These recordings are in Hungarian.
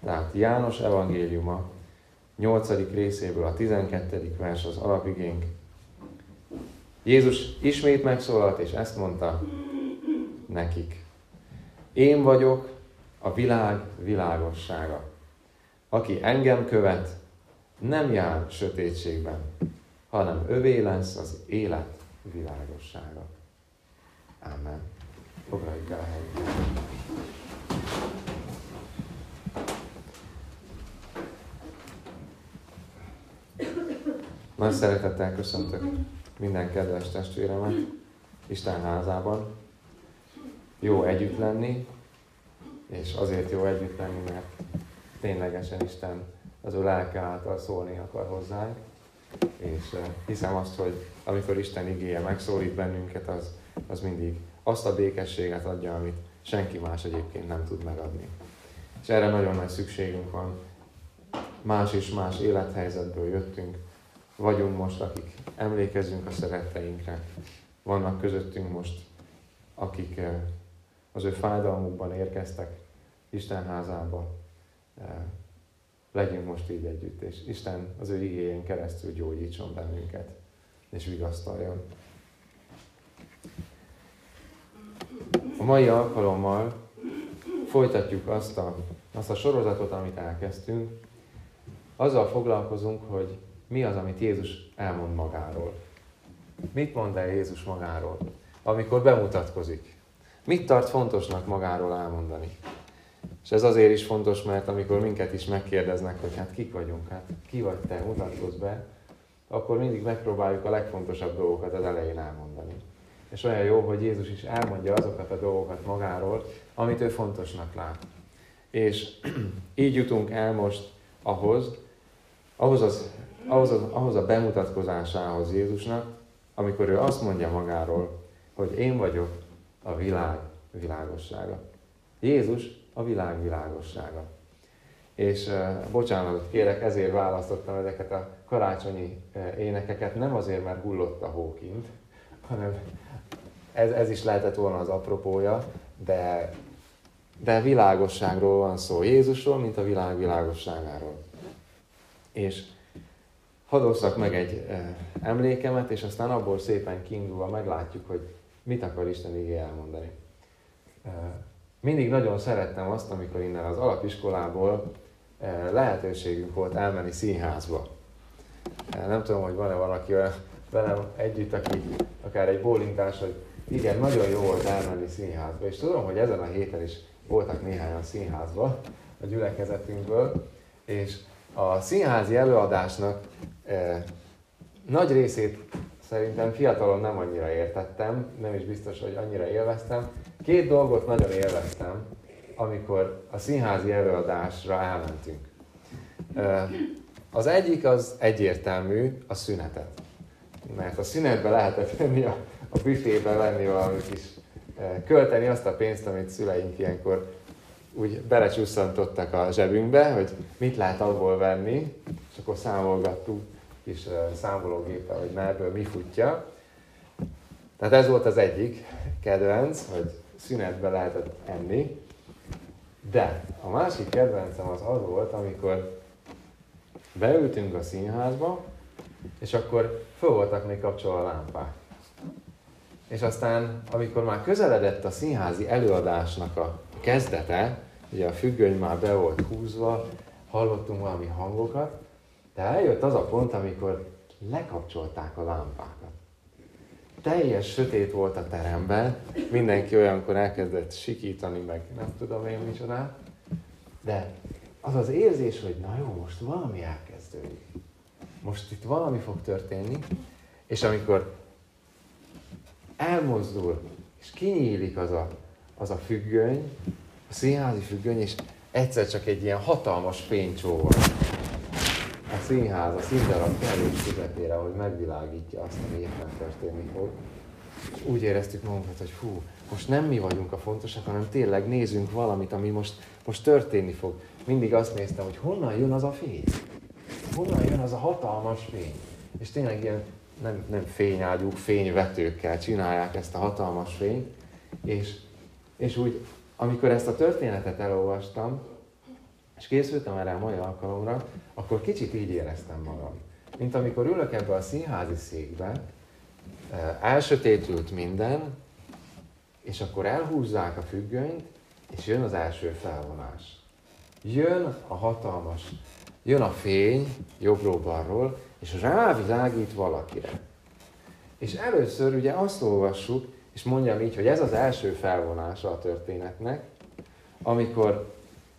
Tehát János evangéliuma 8. részéből a 12. vers az alapigénk. Jézus ismét megszólalt, és ezt mondta nekik. Én vagyok a világ világossága. Aki engem követ, nem jár sötétségben, hanem övé lesz az élet világossága. Amen. Foglaljuk el a helyet. Nagy szeretettel köszöntök minden kedves testvéremet Isten házában. Jó együtt lenni, és azért jó együtt lenni, mert ténylegesen Isten az ő lelke által szólni akar hozzánk. És hiszem azt, hogy amikor Isten igéje megszólít bennünket, az mindig azt a békességet adja, amit senki más egyébként nem tud megadni. És erre nagyon nagy szükségünk van. Más és más élethelyzetből jöttünk. Vagyunk most, akik emlékezünk a szeretteinkre. Vannak közöttünk most, akik az ő fájdalmukban érkeztek Isten házába. Legyünk most így együtt, és Isten az ő igéjén keresztül gyógyítson bennünket, és vigasztaljon. A mai alkalommal folytatjuk azt a sorozatot, amit elkezdtünk. Azzal foglalkozunk, hogy mi az, amit Jézus elmond magáról. Mit mond el Jézus magáról, amikor bemutatkozik? Mit tart fontosnak magáról elmondani? És ez azért is fontos, mert amikor minket is megkérdeznek, hogy hát kik vagyunk, hát ki vagy te, mutatkozz be, akkor mindig megpróbáljuk a legfontosabb dolgokat az elején elmondani. És olyan jó, hogy Jézus is elmondja azokat a dolgokat magáról, amit ő fontosnak lát. És így jutunk el most ahhoz a bemutatkozásához Jézusnak, amikor ő azt mondja magáról, hogy én vagyok a világ világossága. Jézus a világ világossága. És bocsánatot kérek, ezért választottam ezeket a karácsonyi énekeket, nem azért, mert hullott a hó kint, hanem ez is lehetett volna az apropója, de világosságról van szó. Jézusról, mint a világ világosságáról. És hadd osszak meg egy emlékemet, és aztán abból szépen kiindulva meglátjuk, hogy mit akar Isten igéje elmondani. Mindig nagyon szerettem azt, amikor innen az alapiskolából lehetőségünk volt elmenni színházba. Nem tudom, hogy van-e valaki velem együtt, aki akár egy bólintás, hogy igen, nagyon jó volt elmenni színházba. És tudom, hogy ezen a héten is voltak néhányan színházba a gyülekezetünkből, és a színházi előadásnak nagy részét szerintem fiatalon nem annyira értettem, nem is biztos, hogy annyira élveztem. 2 dolgot nagyon élveztem, amikor a színházi előadásra elmentünk. Az egyik az egyértelmű, a szünetet. Mert a szünetbe lehetett venni, a büfébe venni valamit is, költeni azt a pénzt, amit szüleink ilyenkor úgy belecsusszantottak a zsebünkbe, hogy mit lehet abból venni, és akkor számolgattuk kis számológéppel, hogy na ebből mi futja. Tehát ez volt az egyik kedvenc, hogy szünetbe lehetett enni. De a másik kedvencem az volt, amikor beültünk a színházba, és akkor föl voltak még kapcsolva a lámpák. És aztán, amikor már közeledett a színházi előadásnak a kezdete, ugye a függöny már be volt húzva, hallottunk valami hangokat, de eljött az a pont, amikor lekapcsolták a lámpákat. Teljes sötét volt a teremben, mindenki olyankor elkezdett sikítani, meg nem tudom én micsodát, de az az érzés, hogy na jó, most valami elkezdődik. Most itt valami fog történni, és amikor elmozdul, és kinyílik az a függöny, a színházi függöny, és egyszer csak egy ilyen hatalmas fénycsóval a színház, a színdarab kellős közepére, hogy megvilágítja azt, ami éppen történni fog. És úgy éreztük magunkat, hogy fú, most nem mi vagyunk a fontosak, hanem tényleg nézzünk valamit, ami most történni fog. Mindig azt néztem, hogy honnan jön az a fény? Honnan jön az a hatalmas fény? És tényleg ilyen nem fényágyúk, fényvetőkkel csinálják ezt a hatalmas fényt. És úgy, amikor ezt a történetet elolvastam, és készültem erre a mai alkalomra, akkor kicsit így éreztem magam. Mint amikor ülök ebbe a színházi székbe, elsötétült minden, és akkor elhúzzák a függönyt, és jön az első felvonás. Jön a hatalmas, jön a fény jobbról-balról, és rávilágít valakire. És először ugye azt olvassuk, és mondjam így, hogy ez az első felvonása a történetnek, amikor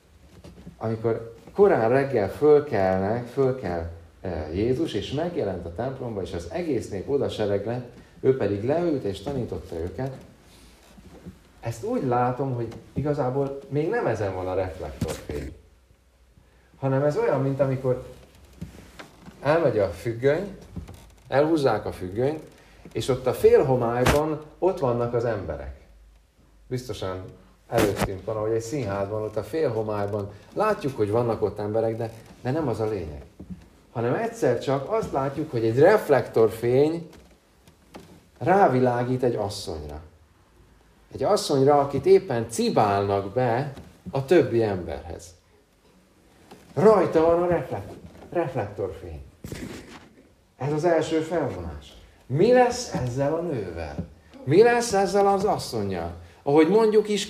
korán reggel fölkel Jézus, és megjelent a templomba, és az egész nép oda sereglett, ő pedig leült és tanította őket. Ezt úgy látom, hogy igazából még nem ezen van a reflektorfény, hanem ez olyan, mint amikor elmegy a függöny, elhúzzák a függönyt, és ott a félhomályban ott vannak az emberek. Biztosan előttünk van, ahogy egy színházban, ott a félhomályban látjuk, hogy vannak ott emberek, de nem az a lényeg. Hanem egyszer csak azt látjuk, hogy egy reflektorfény rávilágít egy asszonyra. Egy asszonyra, akit éppen cibálnak be a többi emberhez. Rajta van a reflektorfény. Ez az első felvonás. Mi lesz ezzel a nővel? Mi lesz ezzel az asszonnyal? Ahogy mondjuk is,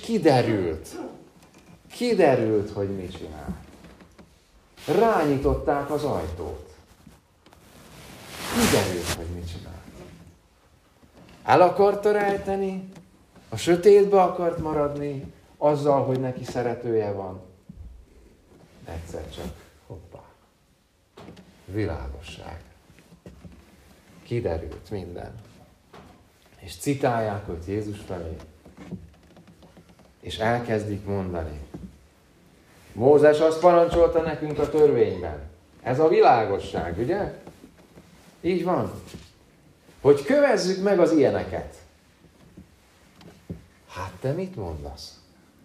kiderült, hogy mit csinál. Rányitották az ajtót. Kiderült, hogy mit csinál. El akarta rejteni, a sötétbe akart maradni, azzal, hogy neki szeretője van. Egyszer csak, hoppá, világosság. Kiderült minden. És citálják őt Jézus felé. És elkezdik mondani. Mózes azt parancsolta nekünk a törvényben. Ez a világosság, ugye? Így van. Hogy kövezzük meg az ilyeneket. Hát te mit mondasz?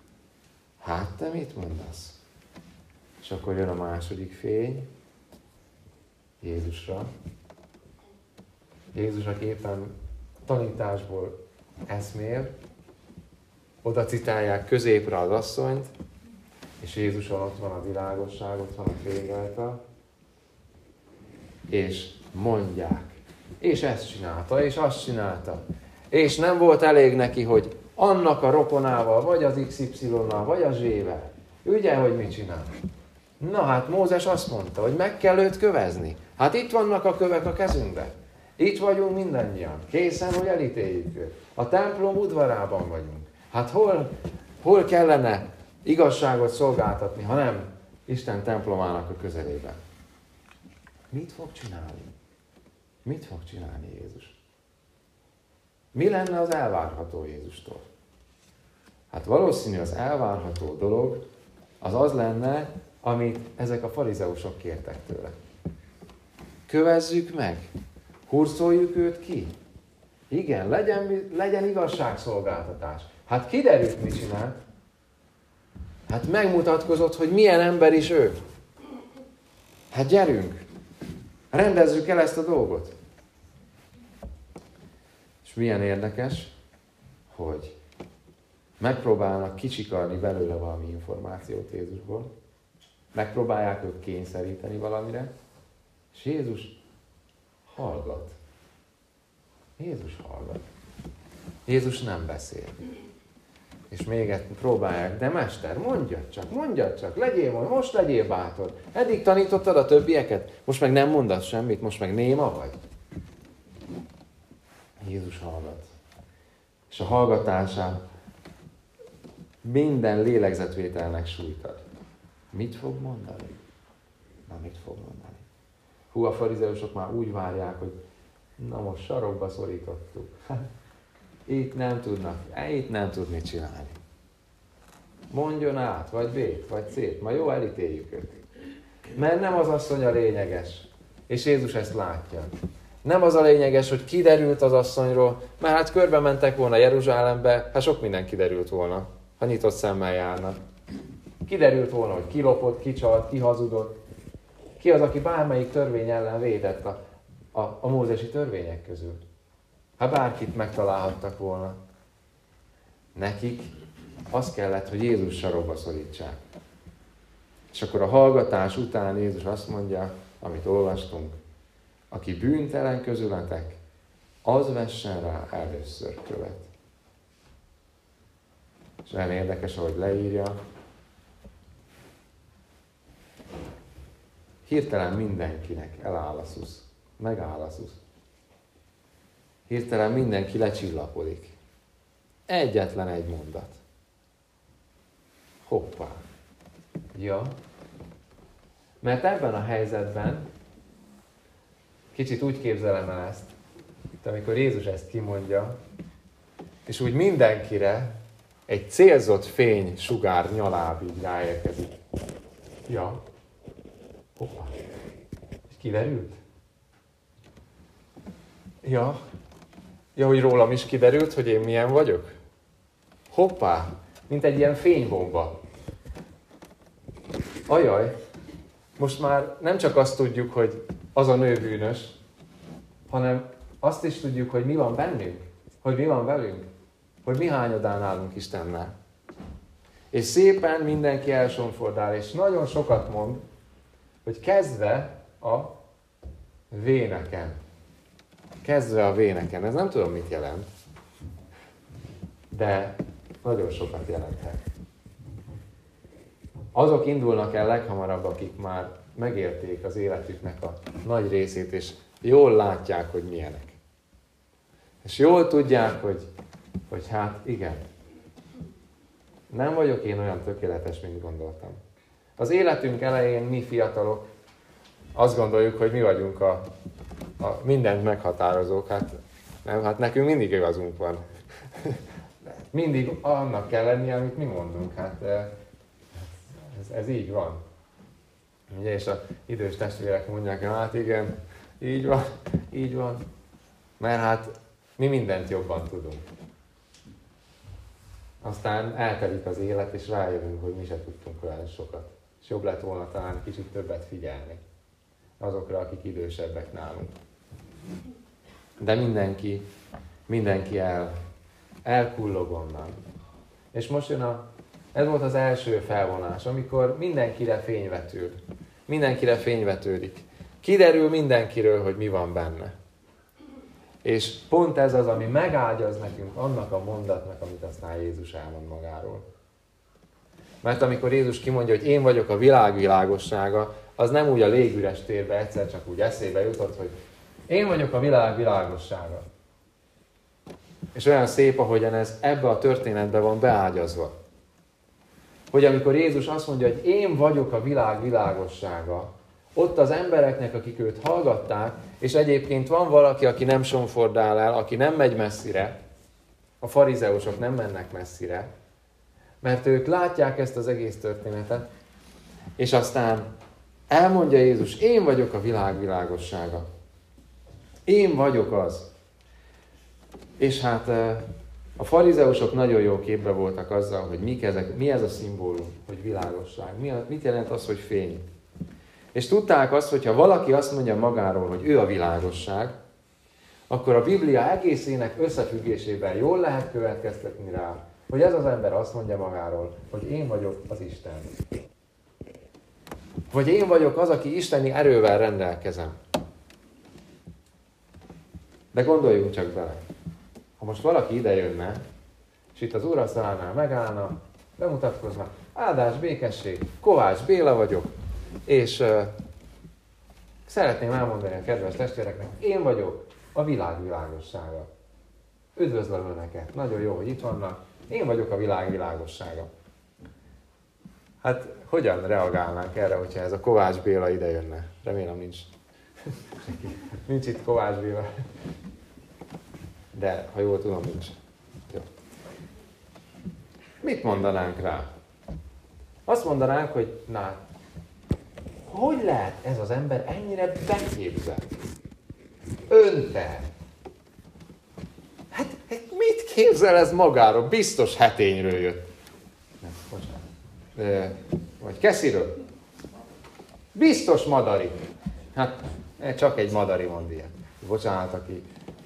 És akkor jön a második fény Jézusra. Jézus, aki éppen tanításból eszmél, oda citálják középre az asszonyt, és Jézuson ott van a világosság, ott van a fény rajta, és mondják. És ezt csinálta, és azt csinálta. És nem volt elég neki, hogy annak a rokonával, vagy az XY-nal, vagy a Z-vel. Ugye, hogy mit csinál? Na hát Mózes azt mondta, hogy meg kell őt kövezni. Hát itt vannak a kövek a kezünkben. Itt vagyunk mindannyian. Készen, hogy elítéljük őt. A templom udvarában vagyunk. Hát hol kellene igazságot szolgáltatni, ha nem Isten templomának a közelében? Mit fog csinálni? Mit fog csinálni Jézus? Mi lenne az elvárható Jézustól? Hát valószínű az elvárható dolog az lenne, amit ezek a farizeusok kértek tőle. Kövezzük meg, hurcoljuk őt ki. Igen, legyen igazságszolgáltatás. Hát kiderült, mit csinált. Hát megmutatkozott, hogy milyen ember is ő. Hát gyerünk, rendezzük el ezt a dolgot. És milyen érdekes, hogy megpróbálnak kicsikarni belőle valami információt Jézusból, megpróbálják őt kényszeríteni valamire, és Jézus hallgat. Jézus nem beszél. És még próbálják, de mester, mondjad csak, most legyél bátor. Eddig tanítottad a többieket, most meg nem mondasz semmit, most meg néma vagy. Jézus hallgat. És a hallgatásán minden lélegzetvételnek súlyt ad. Mit fog mondani? Hú, a farizeusok már úgy várják, hogy na most sarokba szorítottuk. Itt nem tud mit csinálni. Mondjon át, vagy B-t, vagy C-t, ma jó, elítéljük őt. Mert nem az asszony a lényeges, és Jézus ezt látja. Nem az a lényeges, hogy kiderült az asszonyról, mert hát körbe mentek volna Jeruzsálembe, hát sok minden kiderült volna, ha nyitott szemmel járnak. Kiderült volna, hogy ki lopott, ki csalt, ki hazudott. Ki az, aki bármelyik törvény ellen védett a mózesi törvények közül. Hát bárkit megtalálhattak volna. Nekik az kellett, hogy Jézus sarokba szorítsák. És akkor a hallgatás után Jézus azt mondja, amit olvastunk, aki bűntelen közületek, az vessen rá először követ. És olyan érdekes, ahogy leírja, hirtelen mindenkinek eláll a szusz, megáll a szusz. Hirtelen mindenki lecsillapodik. Egyetlen egy mondat. Hoppá. Ja. Mert ebben a helyzetben kicsit úgy képzelem el ezt, itt amikor Jézus ezt kimondja, és úgy mindenkire egy célzott fény sugár nyaláb így ráérkezik. Ja. Hoppá. És kiderült? Ja. Ja, hogy rólam is kiderült, hogy én milyen vagyok? Hoppá. Mint egy ilyen fénybomba. Ajaj. Most már nem csak azt tudjuk, hogy az a nő bűnös, hanem azt is tudjuk, hogy mi van bennünk, hogy mi van velünk, hogy mi hányadán állunk Istennel. És szépen mindenki elsonfordál, és nagyon sokat mond, hogy kezdve a véneken. Kezdve a véneken. Ez nem tudom, mit jelent, de nagyon sokat jelenthet. Azok indulnak el leghamarabb, akik már megérték az életüknek a nagy részét, és jól látják, hogy milyenek. És jól tudják, hogy hát igen, nem vagyok én olyan tökéletes, mint gondoltam. Az életünk elején mi fiatalok azt gondoljuk, hogy mi vagyunk a mindent meghatározók. Hát nekünk mindig igazunk van. Mindig annak kell lennie, amit mi mondunk. Hát ez így van. Ugye, és az idős testvérek mondják, hogy hát igen, így van. Mert hát mi mindent jobban tudunk. Aztán eltelik az élet, és rájövünk, hogy mi se tudtunk olyan sokat. És jobb lett volna talán kicsit többet figyelni azokra, akik idősebbek nálunk. De mindenki elkullog onnan. És most jön ez volt az első felvonás, amikor mindenkire fény vetődik. Kiderül mindenkiről, hogy mi van benne. És pont ez az, ami megágyaz nekünk annak a mondatnak, amit aztán Jézus elmond magáról. Mert amikor Jézus kimondja, hogy én vagyok a világ világossága, az nem úgy a légüres térbe egyszer csak úgy eszébe jutott, hogy én vagyok a világ világossága. És olyan szép, ahogyan ez ebbe a történetbe van beágyazva. Hogy amikor Jézus azt mondja, hogy én vagyok a világ világossága, ott az embereknek, akik őt hallgatták, és egyébként van valaki, aki nem sonfordál el, aki nem megy messzire, a farizeusok nem mennek messzire, mert ők látják ezt az egész történetet, és aztán elmondja Jézus, én vagyok a világ világossága. Én vagyok az. És hát a farizeusok nagyon jó képbe voltak azzal, hogy mi ez a szimbólum, hogy világosság. Mit jelent az, hogy fény? És tudták azt, hogyha valaki azt mondja magáról, hogy ő a világosság, akkor a Biblia egészének összefüggésében jól lehet következtetni rá, hogy ez az ember azt mondja magáról, hogy én vagyok az Isten. Vagy én vagyok az, aki isteni erővel rendelkezem. De gondoljunk csak bele. Ha most valaki ide jönne, és itt az úrasztalánál megállna, bemutatkozna, áldás, békesség, Kovács Béla vagyok, és szeretném elmondani a kedves testvéreknek, én vagyok a világ világossága. Üdvözlöm Önöket, nagyon jó, hogy itt vannak, én vagyok a világ világossága. Hát hogyan reagálnánk erre, hogyha ez a Kovács Béla ide jönne? Remélem nincs itt Kovács Béla. De ha jól tudom, nincs. Jó. Mit mondanánk rá? Azt mondanánk, hogy hogy lehet ez az ember ennyire beképzelt? Önte. Hát mit képzel ez magáról? Biztos Hetényről jött. Nem, bocsánat. Vagy Kesziről. Biztos Madari. Hát csak egy Madari mond ilyet. Bocsánat, aki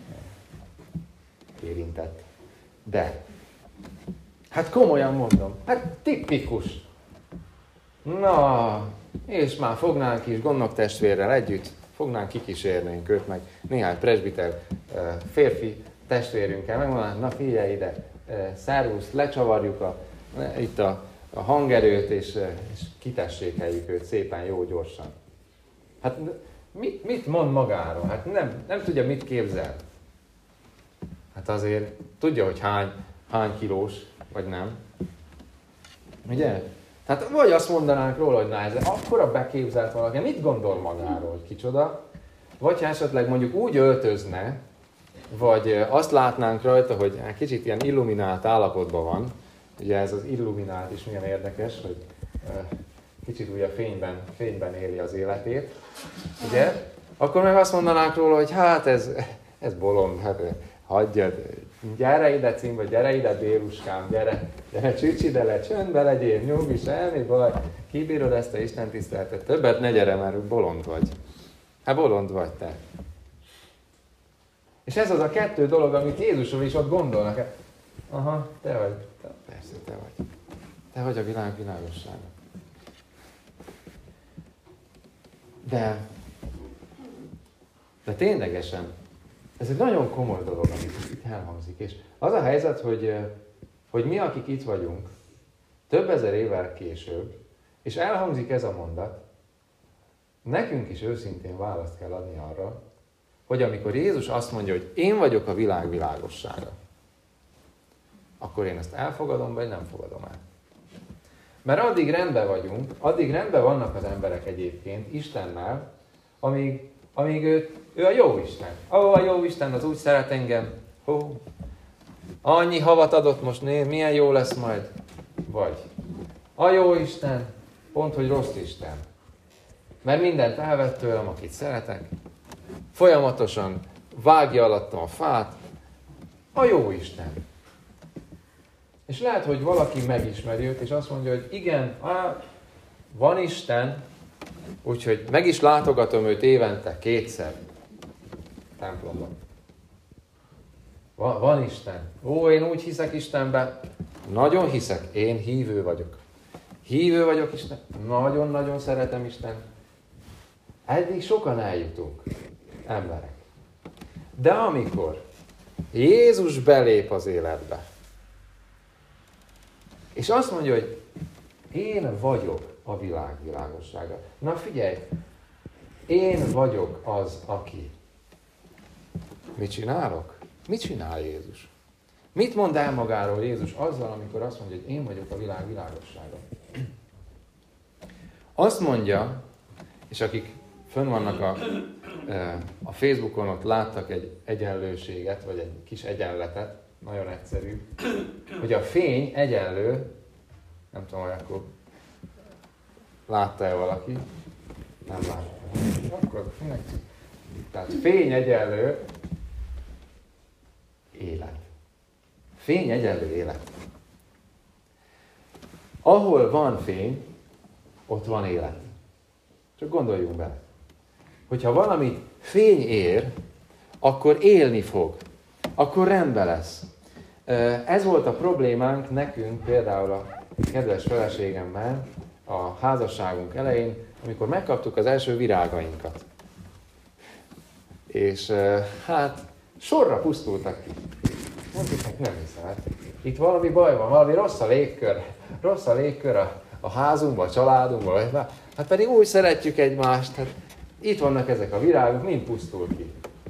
érintett. De. Hát komolyan mondom. Hát tipikus. Na, és már fognánk is gondnok testvérrel együtt, fognánk, kikísérnénk őt, meg néhány presbiter férfi testvérünkkel, megmondanánk, na figyelj ide, szervusz, lecsavarjuk itt a hangerőt, és kitessékeljük őt szépen, jó gyorsan. Hát mit mond magáról? Hát nem tudja, mit képzel. Hát azért tudja, hogy hány kilós, vagy nem. Ugye? Tehát vagy azt mondanánk róla, hogy na ez akkora beképzelt valaki, mit gondol magáról, hogy kicsoda, vagy ha esetleg mondjuk úgy öltözne, vagy azt látnánk rajta, hogy kicsit ilyen illuminált állapotban van, ugye ez az illuminált is milyen érdekes, hogy kicsit úgy a fényben éli az életét, ugye? Akkor meg azt mondanánk róla, hogy hát ez bolond, hát hagyjad, gyere ide címba, gyere ide Béluskám, gyere csücs ide le, csöndbe legyél, nyugi, semmi baj, kibírod ezt a Isten tiszteletet, többet ne gyere, mert bolond vagy. Hát bolond vagy te. És ez az a kettő dolog, amit Jézusról is ott gondolnak. Aha, te vagy. Persze, te vagy. Te vagy a világ világossága. De ténylegesen, ez egy nagyon komoly dolog, amit itt elhangzik. És az a helyzet, hogy mi, akik itt vagyunk, több ezer évvel később, és elhangzik ez a mondat, nekünk is őszintén választ kell adni arra, hogy amikor Jézus azt mondja, hogy én vagyok a világ világossága, akkor én ezt elfogadom, vagy nem fogadom el. Mert addig rendben vagyunk, addig rendben vannak az emberek egyébként Istennel, amíg ő a jó Isten. A jó Isten az úgy szeret engem, annyi havat adott most, milyen jó lesz majd. Vagy a jó Isten, pont, hogy rossz Isten. Mert mindent elvett tőlem, akit szeretek. Folyamatosan vágja alattam a fát. A jó Isten. És lehet, hogy valaki megismeri őt, és azt mondja, hogy igen, van Isten, úgyhogy meg is látogatom őt évente 2-szer templomban. Van Isten. Én úgy hiszek Istenben. Nagyon hiszek. Én hívő vagyok. Hívő vagyok Isten. Nagyon-nagyon szeretem Isten. Eddig sokan eljutunk, emberek. De amikor Jézus belép az életbe, és azt mondja, hogy én vagyok a világ világossága. Na figyelj, én vagyok az, aki. Mit csinálok? Mit csinál Jézus? Mit mond el magáról Jézus azzal, amikor azt mondja, hogy én vagyok a világ világossága? Azt mondja, és akik fönn vannak a Facebookon, ott láttak egy egyenlőséget, vagy egy kis egyenletet, nagyon egyszerű, hogy a fény egyenlő, nem tudom, hogy akkor látta-e valaki? Nem látta. Akkor tehát fény egyenlő élet. Fény egyenlő élet. Ahol van fény, ott van élet. Csak gondoljunk bele. Hogyha valami fény ér, akkor élni fog. Akkor rendben lesz. Ez volt a problémánk nekünk, például a kedves feleségemmel a házasságunk elején, amikor megkaptuk az első virágainkat. És hát sorra pusztultak ki. Mondjuk, hogy nem hiszem, hát itt valami baj van, valami rossz a légkör a házunkban, a családunkban. Hát pedig úgy szeretjük egymást, hát itt vannak ezek a virágok, mind pusztul ki.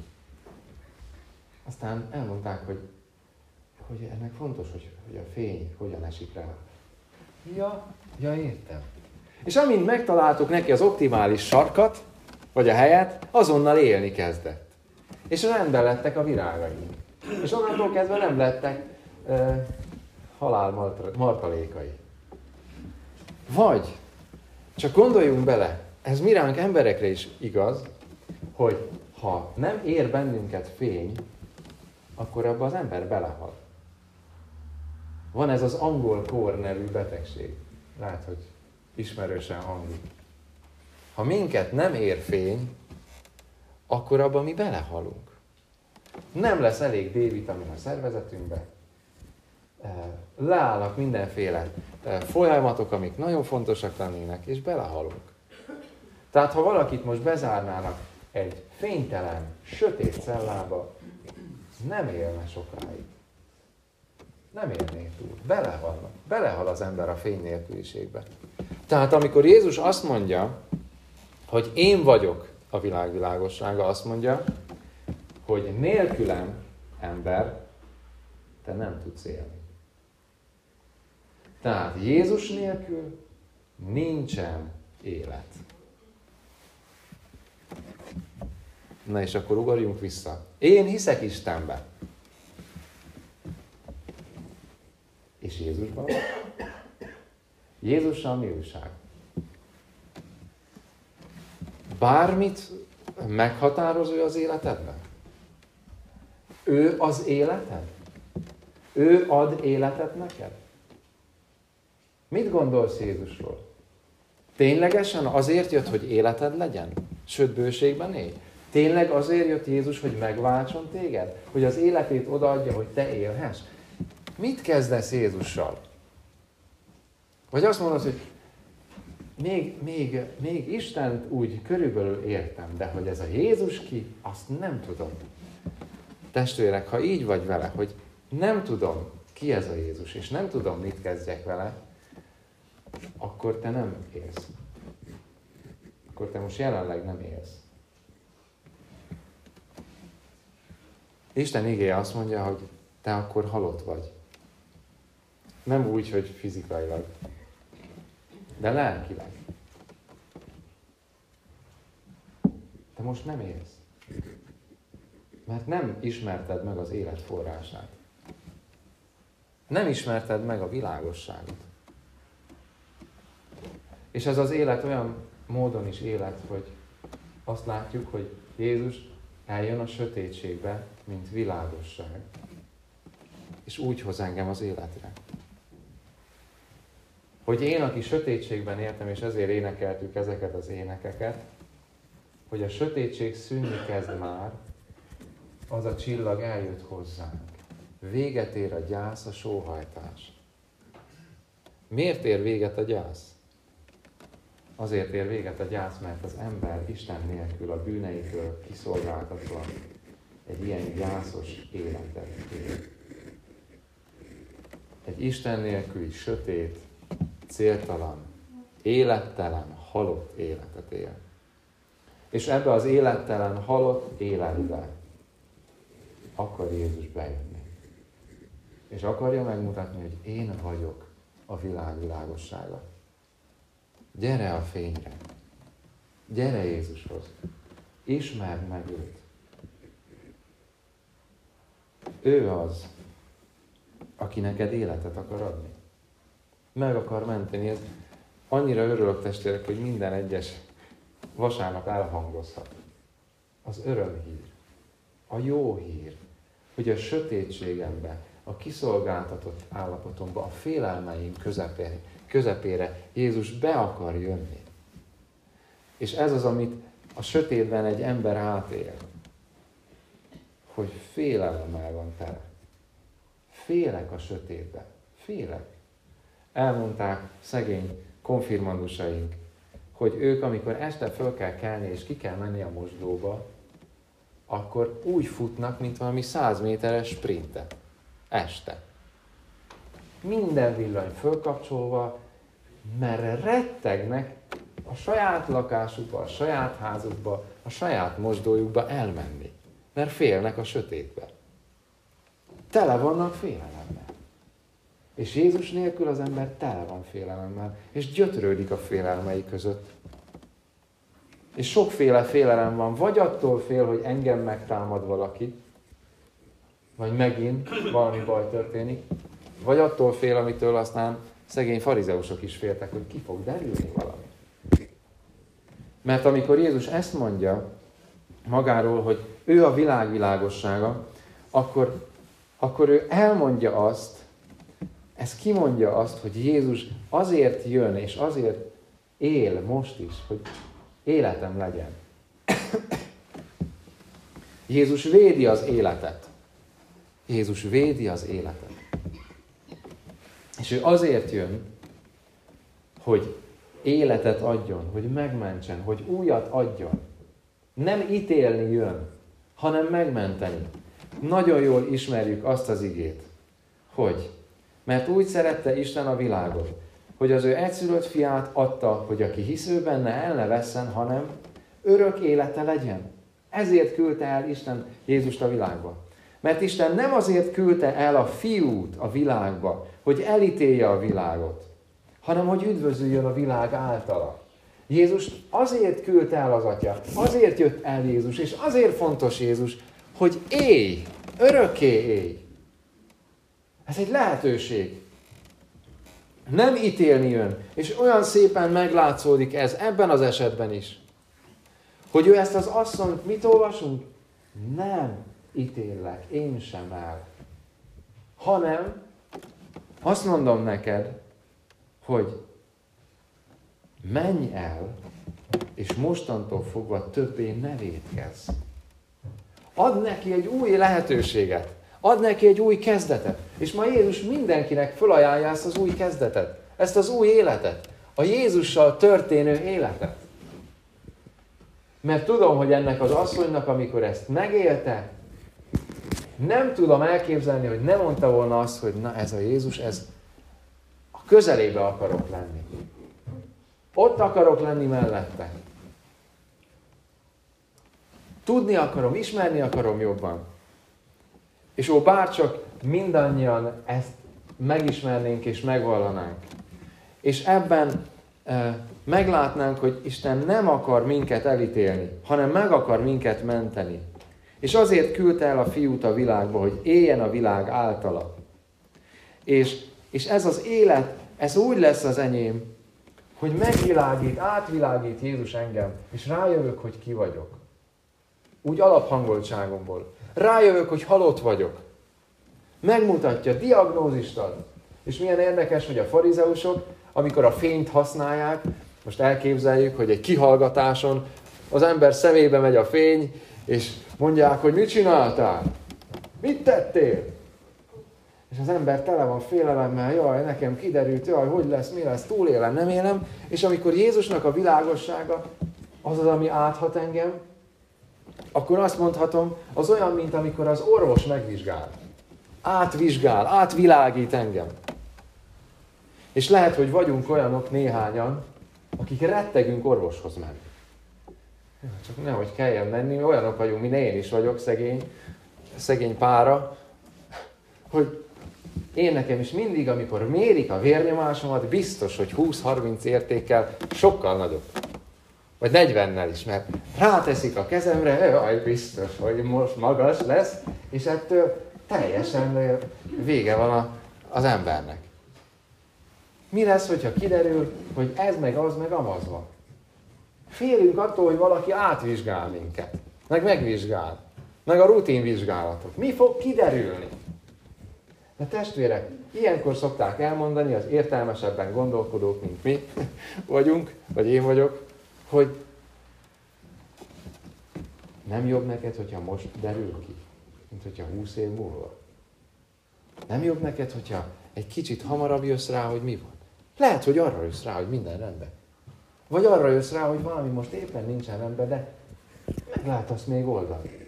Aztán elmondták, hogy ennek fontos, hogy a fény hogyan esik rá. Ja, értem. És amint megtaláltuk neki az optimális sarkat, vagy a helyet, azonnal élni kezdett. És rendben lettek a virágai. És onnantól kezdve nem lettek halál martalékai. Vagy, csak gondoljunk bele, ez miránk emberekre is igaz, hogy ha nem ér bennünket fény, akkor abba az ember belehal. Van ez az angol kór nevű betegség. Lehet, hogy ismerősen hangzik. Ha minket nem ér fény, akkor abban mi belehalunk. Nem lesz elég D-vitamin a szervezetünkbe. leállnak mindenféle folyamatok, amik nagyon fontosak lennének, és belehalunk. Tehát ha valakit most bezárnának egy fénytelen, sötét cellába, nem élne sokáig. Nem élné túl. Belehal az ember a fény nélküliségbe. Tehát amikor Jézus azt mondja, hogy én vagyok a világ világossága, azt mondja, hogy nélkülem, ember, te nem tudsz élni. Tehát Jézus nélkül nincsen élet. Na és akkor ugorjunk vissza. Én hiszek Istenbe. És Jézusban? Jézussal mi újság? Bármit meghatározó az életedben? Ő az életed? Ő ad életet neked? Mit gondolsz Jézusról? Ténylegesen azért jött, hogy életed legyen? Sőt, bőségben élj? Tényleg azért jött Jézus, hogy megváltson téged? Hogy az életét odaadja, hogy te élhess? Mit kezdesz Jézussal? Vagy azt mondod, hogy még Istent úgy körülbelül értem, de hogy ez a Jézus ki, azt nem tudom. Testvérek, ha így vagy vele, hogy nem tudom, ki ez a Jézus, és nem tudom, mit kezdjek vele, akkor te nem élsz. Akkor te most jelenleg nem élsz. Isten igéje azt mondja, hogy te akkor halott vagy. Nem úgy, hogy fizikailag, de lelkileg. Te most nem élsz. Mert nem ismerted meg az élet forrását. Nem ismerted meg a világosságot. És ez az élet olyan módon is élet, hogy azt látjuk, hogy Jézus eljön a sötétségbe, mint világosság. És úgy hoz engem az életre. Hogy én, aki sötétségben éltem, és ezért énekeltük ezeket az énekeket, hogy a sötétség szűnni kezd már, az a csillag eljött hozzánk. Véget ér a gyász, a sóhajtás. Miért ér véget a gyász? Azért ér véget a gyász, mert az ember Isten nélkül, a bűneitől kiszolgáltatva egy ilyen gyászos életet él. Egy Isten nélküli sötét, céltalan, élettelen, halott életet él. És ebbe az élettelen, halott életbe akar Jézus bejönni. És akarja megmutatni, hogy én vagyok a világ világossága. Gyere a fényre. Gyere Jézushoz. Ismerd meg őt. Ő az, aki neked életet akar adni. Meg akar menteni. Ez annyira örülök, testvérek, hogy minden egyes vasárnap elhangozhat. Az örömhír, a jó hír, hogy a sötétségemben, a kiszolgáltatott állapotomban, a félelmeim közepére Jézus be akar jönni. És ez az, amit a sötétben egy ember átél, hogy félelemmel van tele. Félek a sötétbe. Félek. Elmondták szegény konfirmandusaink, hogy ők, amikor este föl kell kelni és ki kell menni a mosdóba, akkor úgy futnak, mint valami 100 méteres sprintet. Este. Minden villany fölkapcsolva, mert rettegnek a saját lakásukba, a saját házukba, a saját mosdójukba elmenni. Mert félnek a sötétbe. Tele vannak félelemmel. És Jézus nélkül az ember tele van félelemmel, és gyötrődik a félelmei között. És sokféle félelem van, vagy attól fél, hogy engem megtámad valaki, vagy megint valami baj történik, vagy attól fél, amitől aztán szegény farizeusok is féltek, hogy ki fog derülni valami. Mert amikor Jézus ezt mondja magáról, hogy ő a világ világossága, akkor ő elmondja azt, ez kimondja azt, hogy Jézus azért jön, és azért él most is, hogy életem legyen. Jézus védi az életet. Jézus védi az életet. És ő azért jön, hogy életet adjon, hogy megmentsen, hogy újat adjon. Nem ítélni jön, hanem megmenteni. Nagyon jól ismerjük azt az igét, hogy mert úgy szerette Isten a világot, hogy az ő egyszülött fiát adta, hogy aki hisz ő benne, el ne vesszen, hanem örök élete legyen. Ezért küldte el Isten Jézust a világba. Mert Isten nem azért küldte el a fiút a világba, hogy elítélje a világot, hanem hogy üdvözüljön a világ általa. Jézus azért küldte el az Atya, azért jött el Jézus, és azért fontos Jézus, hogy élj, örökké élj. Ez egy lehetőség. Nem ítélni jön, és olyan szépen meglátszódik ez ebben az esetben is, hogy ő ezt az asszonyt, mit olvasunk? Nem ítéllek, én sem el. Hanem azt mondom neked, hogy menj el, és mostantól fogva többé ne vétkezz. Ad neki egy új lehetőséget. Ad neki egy új kezdetet. És ma Jézus mindenkinek felajánlja ezt az új kezdetet. Ezt az új életet. A Jézussal történő életet. Mert tudom, hogy ennek az asszonynak, amikor ezt megélte, nem tudom elképzelni, hogy nem mondta volna azt, hogy na ez a Jézus, ez a közelébe akarok lenni. Ott akarok lenni mellette. Tudni akarom, ismerni akarom jobban. És ó, bárcsak mindannyian ezt megismernénk és megvallanánk. És ebben meglátnánk, hogy Isten nem akar minket elítélni, hanem meg akar minket menteni. És azért küldte el a fiút a világba, hogy éljen a világ általa. És ez az élet, ez úgy lesz az enyém, hogy megvilágít, átvilágít Jézus engem, és rájövök, hogy ki vagyok. Úgy alaphangoltságomból. Rájövök, hogy halott vagyok. Megmutatja, diagnózist ad. És milyen érdekes, hogy a farizeusok, amikor a fényt használják, most elképzeljük, hogy egy kihallgatáson az ember szemébe megy a fény, és mondják, hogy mit csináltál? Mit tettél? És az ember tele van félelemmel, jaj, nekem kiderült, jaj, hogy lesz, mi lesz, túlélem, nem élem. És amikor Jézusnak a világossága az az, ami áthat engem, akkor azt mondhatom, az olyan, mint amikor az orvos megvizsgál. Átvizsgál, átvilágít engem. És lehet, hogy vagyunk olyanok néhányan, akik rettegünk orvoshoz menni. Csak nehogy kelljen menni, mi olyanok vagyunk, mint én is vagyok, szegény pára, hogy én nekem is mindig, amikor mérik a vérnyomásomat, biztos, hogy 20-30 értékkel sokkal nagyobb. Vagy 40-nel is, mert ráteszik a kezemre, jaj, biztos, hogy most magas lesz, és ettől teljesen vége van az embernek. Mi lesz, hogyha kiderül, hogy ez meg az, meg amaz van? Félünk attól, hogy valaki átvizsgál minket, meg megvizsgál, meg a rutinvizsgálatok. Mi fog kiderülni? De testvérek, ilyenkor szokták elmondani az értelmesebben gondolkodók, mint mi vagyunk, vagy én vagyok, hogy nem jobb neked, hogyha most derül ki, mint hogyha 20 év múlva. Nem jobb neked, hogyha egy kicsit hamarabb jössz rá, hogy mi van. Lehet, hogy arra jössz rá, hogy minden rendben. Vagy arra jössz rá, hogy valami most éppen nincsen rendben, de meg lehet azt még oldani.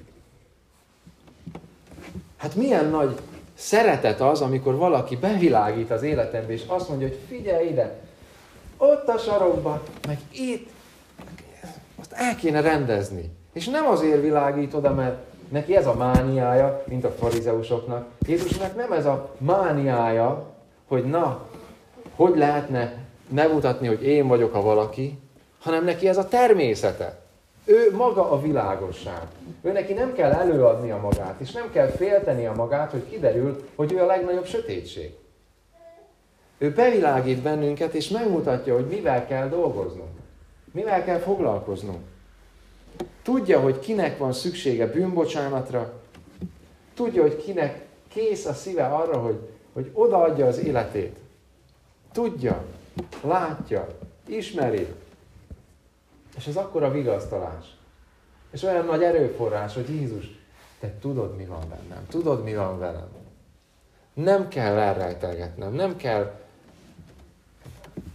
Hát milyen nagy szeretet az, amikor valaki bevilágít az életembe, és azt mondja, hogy figyelj ide, ott a sarokban, meg itt, azt el kéne rendezni. És nem azért világít oda, mert neki ez a mániája, mint a farizeusoknak. Jézusnak nem ez a mániája, hogy na, hogy lehetne megmutatni, hogy én vagyok a valaki, hanem neki ez a természete. Ő maga a világosság. Ő neki nem kell előadnia magát, és nem kell féltenie magát, hogy kiderül, hogy ő a legnagyobb sötétség. Ő bevilágít bennünket, és megmutatja, hogy mivel kell dolgoznunk. Mivel kell foglalkoznunk. Tudja, hogy kinek van szüksége bűnbocsánatra. Tudja, hogy kinek kész a szíve arra, hogy odaadja az életét. Tudja, látja, ismeri. És ez akkora vigasztalás. És olyan nagy erőforrás, hogy Jézus, te tudod, mi van bennem. Tudod, mi van velem. Nem kell elrejtelgetnem, nem kell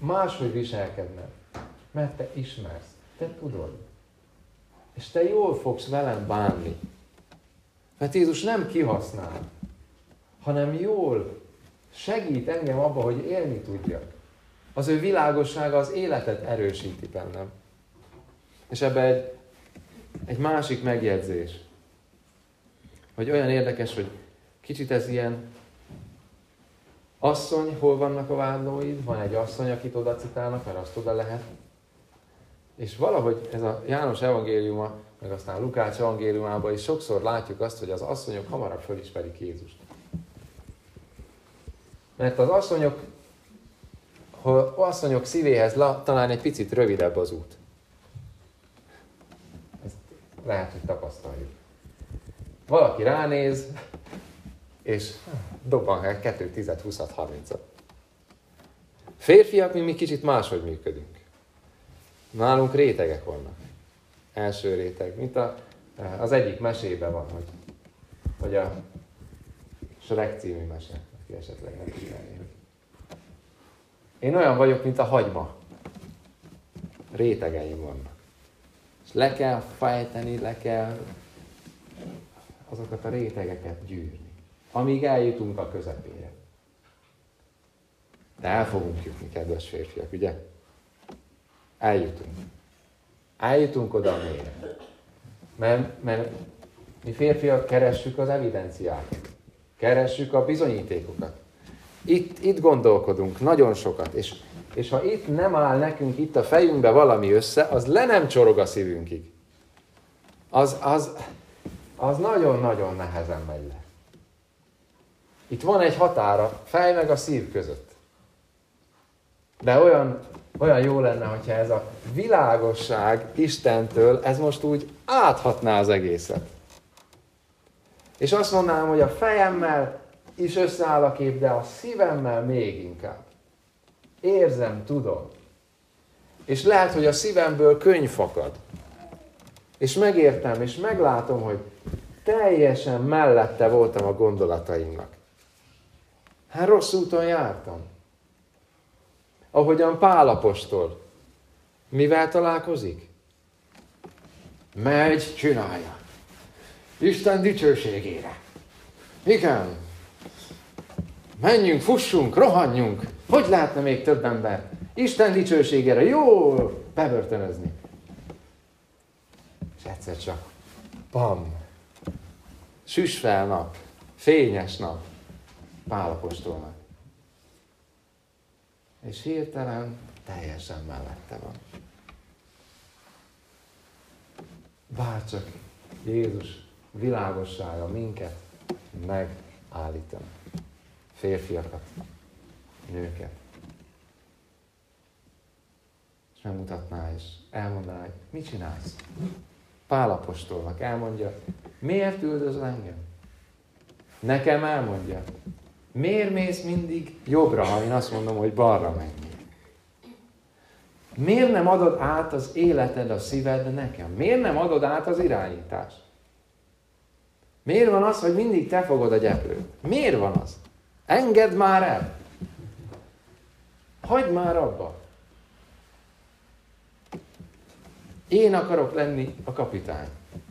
máshogy viselkednem. Mert te ismersz, te tudod. És te jól fogsz velem bánni. Mert Jézus nem kihasznál, hanem jól segít engem abba, hogy élni tudjak. Az ő világossága az életet erősíti bennem. És ebben egy másik megjegyzés, hogy olyan érdekes, hogy kicsit ez ilyen asszony, hol vannak a vádlóid? Van egy asszony, akit oda citálnak, mert azt oda lehet. És valahogy ez a János evangéliuma, meg aztán Lukács evangéliumában is sokszor látjuk azt, hogy az asszonyok hamarabb fölismerik Jézust. Mert az asszonyok szívéhez talán egy picit rövidebb az út. Ezt lehet, hogy tapasztaljuk. Valaki ránéz, és dobban el 2, 10, 20, 30-at. Férfiak, mi kicsit máshogy működünk. Nálunk rétegek vannak. Első réteg, mint az egyik mesében van, hogy a Shrek című mese, aki esetleg nem ismerné. Én olyan vagyok, mint a hagyma. Rétegeim vannak. És le kell fejteni, le kell azokat a rétegeket gyűrni, amíg eljutunk a közepére. De el fogunk jutni, kedves férfiak, ugye? Eljutunk. Eljutunk oda a mélyre. Mert mi férfiak keressük az evidenciákat. Keressük a bizonyítékokat. Itt gondolkodunk nagyon sokat. És ha itt nem áll nekünk itt a fejünkbe valami össze, az le nem csorog a szívünkig. Az nagyon-nagyon nehezen megy le. Itt van egy határa, fej meg a szív között. De olyan jó lenne, hogyha ez a világosság Istentől, ez most úgy áthatná az egészet. És azt mondanám, hogy a fejemmel is összeáll a kép, de a szívemmel még inkább. Érzem, tudom. És lehet, hogy a szívemből könyv fakad. És megértem, és meglátom, hogy teljesen mellette voltam a gondolataimnak. Hát rossz úton jártam. Ahogyan Pál apostol. Mivel találkozik? Megy, csinálja. Isten dicsőségére. Igen. Menjünk, fussunk, rohanjunk. Hogy lehetne még több ember? Isten dicsőségére jól bebörtönözni. És egyszer csak, bam! Süss fel nap, fényes nap Pál apostolnak. És hirtelen teljesen mellette van. Bárcsak Jézus világossága minket megállítani. Férfiakat, nőket. És megmutatná, és elmondaná, hogy mit csinálsz? Pál apostolnak elmondja, miért üldözöl engem? Nekem elmondja, miért mész mindig jobbra, ha én azt mondom, hogy balra menjél? Miért nem adod át az életed, a szíved nekem? Miért nem adod át az irányítást? Miért van az, hogy mindig te fogod a gyeplőt? Miért van az? Engedd már el! Hagyd már abba! Én akarok lenni a kapitány.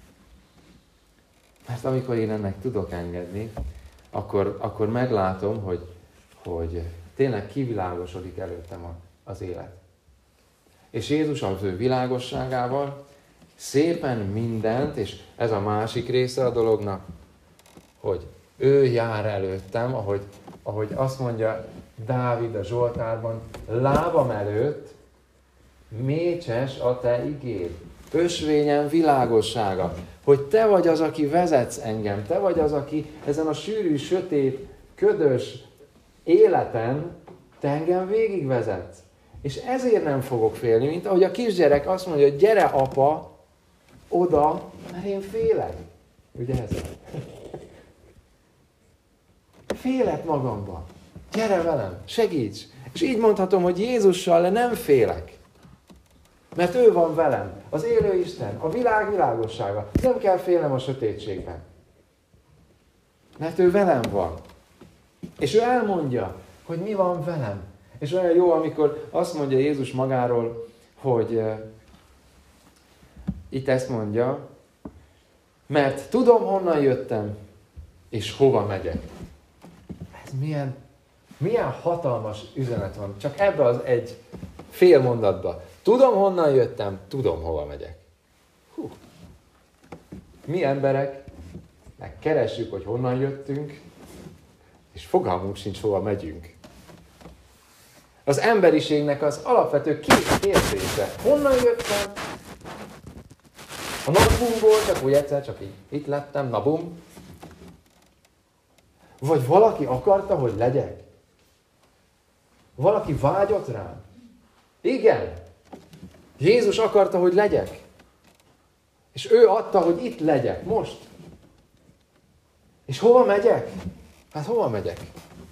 Mert amikor én ennek tudok engedni, akkor meglátom, hogy tényleg kivilágosodik előttem az élet. És Jézus az ő világosságával szépen mindent, és ez a másik része a dolognak, hogy ő jár előttem, ahogy azt mondja Dávid a Zsoltárban, lábam előtt mécses a te igéd, ösvényem világossága, hogy te vagy az, aki vezetsz engem, te vagy az, aki ezen a sűrű, sötét, ködös életen te engem végigvezetsz. És ezért nem fogok félni, mint ahogy a kisgyerek azt mondja, hogy gyere apa, oda, mert én félek. Ugye ez? Félek magamban. Gyere velem, segíts. És így mondhatom, hogy Jézussal nem félek. Mert ő van velem, az élő Isten, a világ világossága. Nem kell félnem a sötétségben. Mert ő velem van. És ő elmondja, hogy mi van velem. És olyan jó, amikor azt mondja Jézus magáról, hogy itt ezt mondja, mert tudom, honnan jöttem, és hova megyek. Ez milyen hatalmas üzenet van, csak ebbe az egy fél mondatba. Tudom, honnan jöttem, tudom, hova megyek. Hú. Mi emberek megkeressük, hogy honnan jöttünk, és fogalmunk sincs, hova megyünk. Az emberiségnek az alapvető két kérdése. Honnan jöttem? A napumból, csak úgy egyszer, csak így itt lettem, nabum. Vagy valaki akarta, hogy legyek? Valaki vágyott rám? Igen. Jézus akarta, hogy legyek. És ő adta, hogy itt legyek, most. És hova megyek? Hát hova megyek?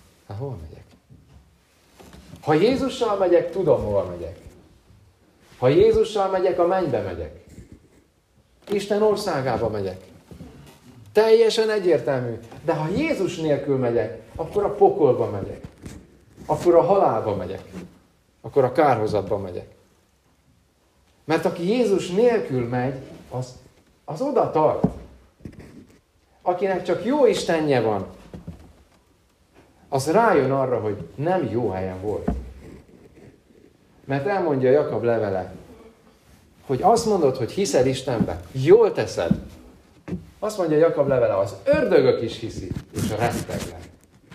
Ha Jézussal megyek, tudom, hova megyek. Ha Jézussal megyek, a mennybe megyek. Isten országába megyek. Teljesen egyértelmű. De ha Jézus nélkül megyek, akkor a pokolba megyek. Akkor a halálba megyek. Akkor a kárhozatba megyek. Mert aki Jézus nélkül megy, az oda tart. Akinek csak jó Istenje van, az rájön arra, hogy nem jó helyen volt. Mert elmondja Jakab levele, hogy azt mondod, hogy hiszel Istenbe, jól teszed. Azt mondja Jakab levele, az ördögök is hiszik, és rettegnek.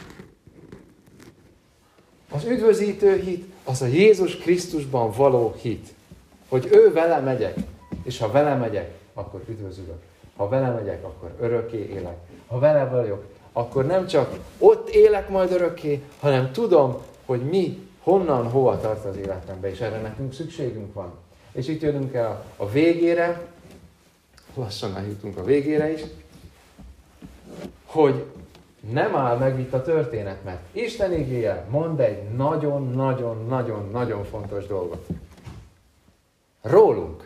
Az üdvözítő hit, az a Jézus Krisztusban való hit. Hogy ő vele megyek, és ha vele megyek, akkor üdvözülök. Ha vele megyek, akkor örökké élek. Ha vele vagyok, akkor nem csak ott élek majd örökké, hanem tudom, hogy honnan, hova tart az életembe, és erre nekünk szükségünk van. És itt jönünk el a végére, lassan eljutunk a végére is, hogy nem áll meg itt a történet, mert Isten igéje mond egy nagyon-nagyon-nagyon-nagyon fontos dolgot. Rólunk.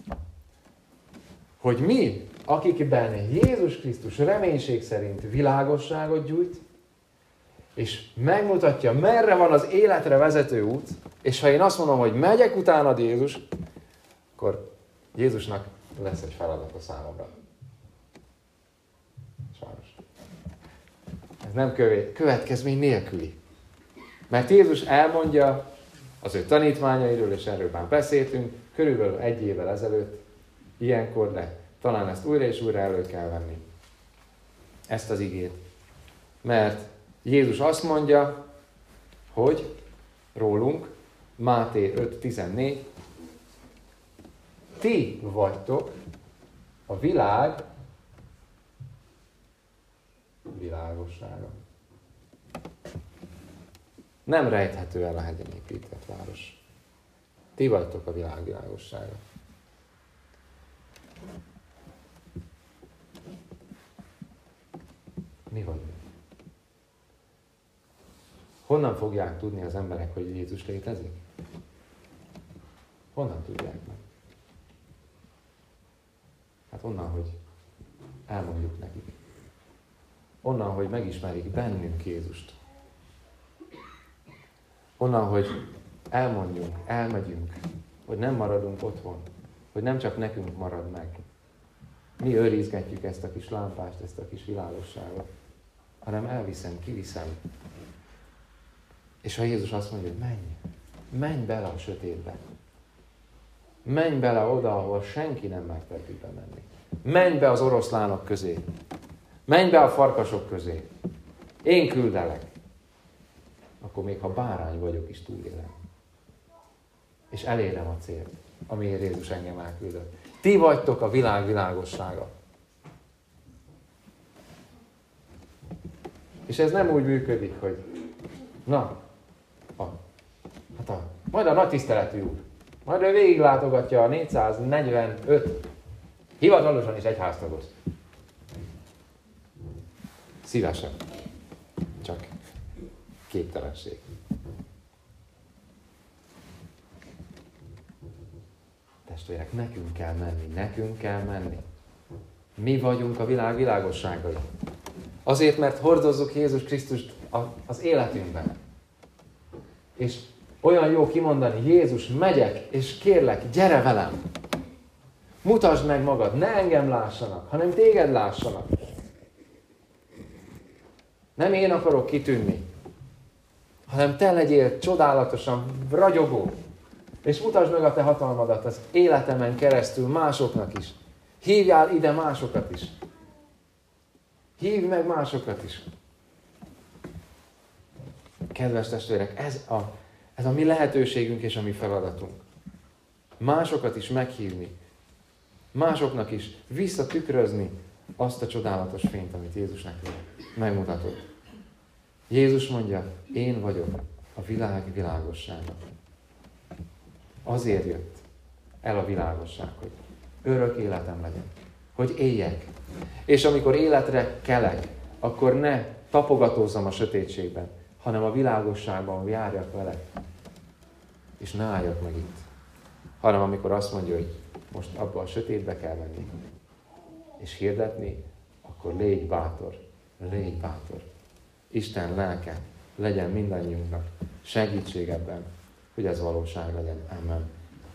Hogy mi, akikben Jézus Krisztus reménység szerint világosságot gyújt, és megmutatja, merre van az életre vezető út, és ha én azt mondom, hogy megyek utánad Jézus, akkor Jézusnak lesz egy feladata számomra. Sajnos. Ez nem következmény nélküli. Mert Jézus elmondja az ő tanítványairól, és erről már beszéltünk, körülbelül 1 évvel ezelőtt, ilyenkor, de talán ezt újra és újra elő kell venni. Ezt az igét. Mert Jézus azt mondja, hogy rólunk, Máté 5.14, ti vagytok a világ világossága. Nem rejthető el a hegyen épített város. Ti vagytok a világ világossága. Mi vagyunk? Honnan fogják tudni az emberek, hogy Jézus létezik? Honnan tudják meg? Hát onnan, hogy elmondjuk nekik. Onnan, hogy megismerik bennünk Jézust. Onnan, hogy elmondjunk, elmegyünk, hogy nem maradunk otthon, hogy nem csak nekünk marad meg. Mi őrizgetjük ezt a kis lámpást, ezt a kis világosságot, hanem elviszem, kiviszem. És ha Jézus azt mondja, hogy menj bele a sötétbe. Menj bele oda, ahol senki nem mer be menni. Menj be az oroszlánok közé. Menj be a farkasok közé. Én küldelek. Akkor még ha bárány vagyok is túlélem. És elérem a célt, amiért Jézus engem elküldött. Ti vagytok a világ világossága. És ez nem úgy működik, hogy majd a nagy tiszteletű úr. Majd ő végiglátogatja a 445 hivatalosan is egyháztagot. Szívesen. Csak képtelenség. Testvérek, nekünk kell menni. Mi vagyunk a világ világosságai. Azért, mert hordozzuk Jézus Krisztust az életünkben. És Olyan jó kimondani, Jézus, megyek, és kérlek, gyere velem. Mutasd meg magad, ne engem lássanak, hanem téged lássanak. Nem én akarok kitűnni, hanem te legyél csodálatosan ragyogó, és mutasd meg a te hatalmadat az életemen keresztül másoknak is. Hívjál ide másokat is. Hívj meg másokat is. Kedves testvérek, ez a mi lehetőségünk és a mi feladatunk. Másokat is meghívni. Másoknak is visszatükrözni azt a csodálatos fényt, amit Jézus nekünk megmutatott. Jézus mondja, én vagyok a világ világossága. Azért jött el a világosság, hogy örök életem legyen, hogy éljek. És amikor életre kelek, akkor ne tapogatózzam a sötétségben, hanem a világosságban járjak vele, és ne álljak meg itt. Hanem amikor azt mondja, hogy most abba a sötétbe kell menni, és hirdetni, akkor légy bátor, légy bátor. Isten lelke legyen mindannyiunknak segítség ebben, hogy ez valóság legyen. Amen.